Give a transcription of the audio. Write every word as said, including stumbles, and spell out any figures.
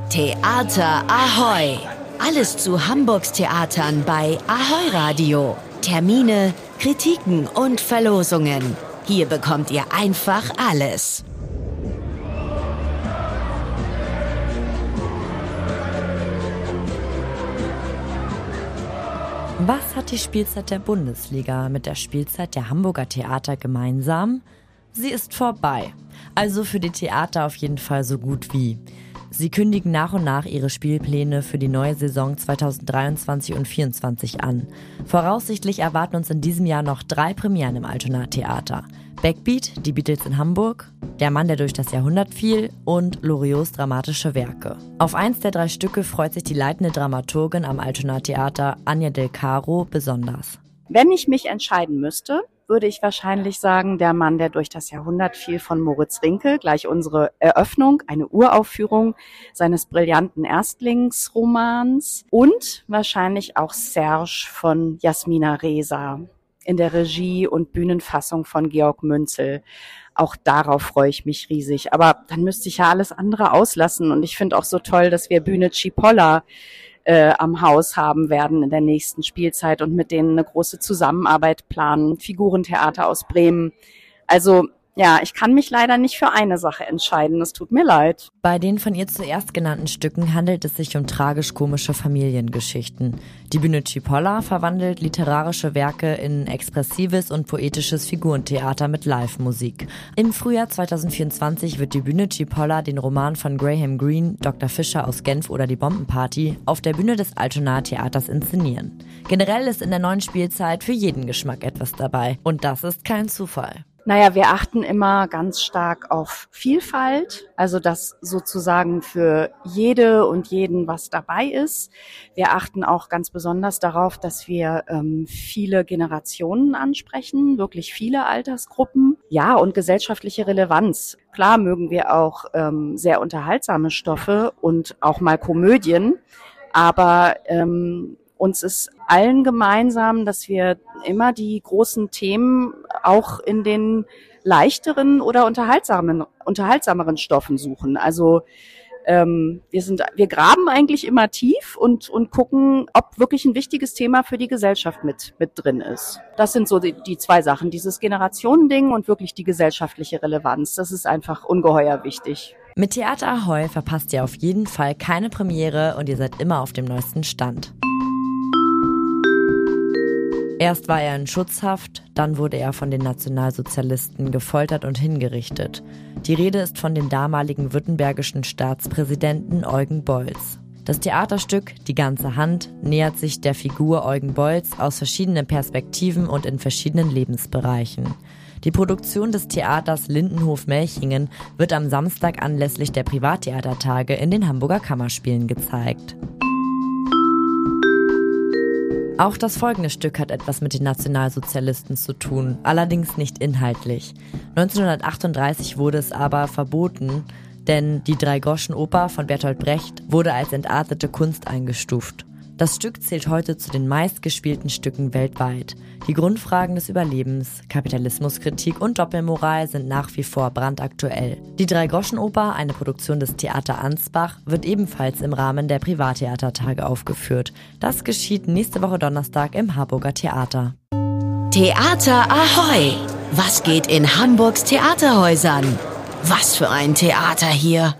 Theater Ahoi! Alles zu Hamburgs Theatern bei Ahoi Radio. Termine, Kritiken und Verlosungen. Hier bekommt ihr einfach alles. Was hat die Spielzeit der Bundesliga mit der Spielzeit der Hamburger Theater gemeinsam? Sie ist vorbei. Also für die Theater auf jeden Fall so gut wie. Sie kündigen nach und nach ihre Spielpläne für die neue Saison zweitausenddreiundzwanzig und vierundzwanzig an. Voraussichtlich erwarten uns in diesem Jahr noch drei Premieren im Altona Theater. Backbeat, die Beatles in Hamburg, Der Mann, der durch das Jahrhundert fiel und Loriots dramatische Werke. Auf eins der drei Stücke freut sich die leitende Dramaturgin am Altona Theater, Anja Del Caro, besonders. Wenn ich mich entscheiden müsste, würde ich wahrscheinlich sagen, Der Mann, der durch das Jahrhundert fiel von Moritz Rinkel, gleich unsere Eröffnung, eine Uraufführung seines brillanten Erstlingsromans und wahrscheinlich auch Serge von Jasmina Reza in der Regie und Bühnenfassung von Georg Münzel. Auch darauf freue ich mich riesig. Aber dann müsste ich ja alles andere auslassen und ich finde auch so toll, dass wir Bühne Cipolla Äh, am Haus haben werden in der nächsten Spielzeit und mit denen eine große Zusammenarbeit planen. Figurentheater aus Bremen. Also ja, ich kann mich leider nicht für eine Sache entscheiden. Es tut mir leid. Bei den von ihr zuerst genannten Stücken handelt es sich um tragisch-komische Familiengeschichten. Die Bühne Cipolla verwandelt literarische Werke in expressives und poetisches Figurentheater mit Live-Musik. Im Frühjahr zweitausendvierundzwanzig wird die Bühne Cipolla den Roman von Graham Greene, Doktor Fischer aus Genf oder die Bombenparty auf der Bühne des Altona Theaters inszenieren. Generell ist in der neuen Spielzeit für jeden Geschmack etwas dabei. Und das ist kein Zufall. Naja, wir achten immer ganz stark auf Vielfalt, also dass sozusagen für jede und jeden was dabei ist. Wir achten auch ganz besonders darauf, dass wir ähm, viele Generationen ansprechen, wirklich viele Altersgruppen. Ja, und gesellschaftliche Relevanz. Klar mögen wir auch ähm, sehr unterhaltsame Stoffe und auch mal Komödien, aber ähm, uns ist allen gemeinsam, dass wir immer die großen Themen auch in den leichteren oder unterhaltsamen, unterhaltsameren Stoffen suchen. Also ähm, wir sind, wir graben eigentlich immer tief und und gucken, ob wirklich ein wichtiges Thema für die Gesellschaft mit mit drin ist. Das sind so die, die zwei Sachen: dieses Generationending und wirklich die gesellschaftliche Relevanz. Das ist einfach ungeheuer wichtig. Mit Theater Ahoi verpasst ihr auf jeden Fall keine Premiere und ihr seid immer auf dem neuesten Stand. Erst war er in Schutzhaft, dann wurde er von den Nationalsozialisten gefoltert und hingerichtet. Die Rede ist von dem damaligen württembergischen Staatspräsidenten Eugen Bolz. Das Theaterstück Die ganze Hand nähert sich der Figur Eugen Bolz aus verschiedenen Perspektiven und in verschiedenen Lebensbereichen. Die Produktion des Theaters Lindenhof-Melchingen wird am Samstag anlässlich der Privattheatertage in den Hamburger Kammerspielen gezeigt. Auch das folgende Stück hat etwas mit den Nationalsozialisten zu tun, allerdings nicht inhaltlich. neunzehnhundertachtunddreißig wurde es aber verboten, denn die Dreigroschen-Oper von Bertolt Brecht wurde als entartete Kunst eingestuft. Das Stück zählt heute zu den meistgespielten Stücken weltweit. Die Grundfragen des Überlebens, Kapitalismuskritik und Doppelmoral sind nach wie vor brandaktuell. Die Dreigroschen-Oper, eine Produktion des Theater Ansbach, wird ebenfalls im Rahmen der Privattheatertage aufgeführt. Das geschieht nächste Woche Donnerstag im Harburger Theater. Theater Ahoi! Was geht in Hamburgs Theaterhäusern? Was für ein Theater hier!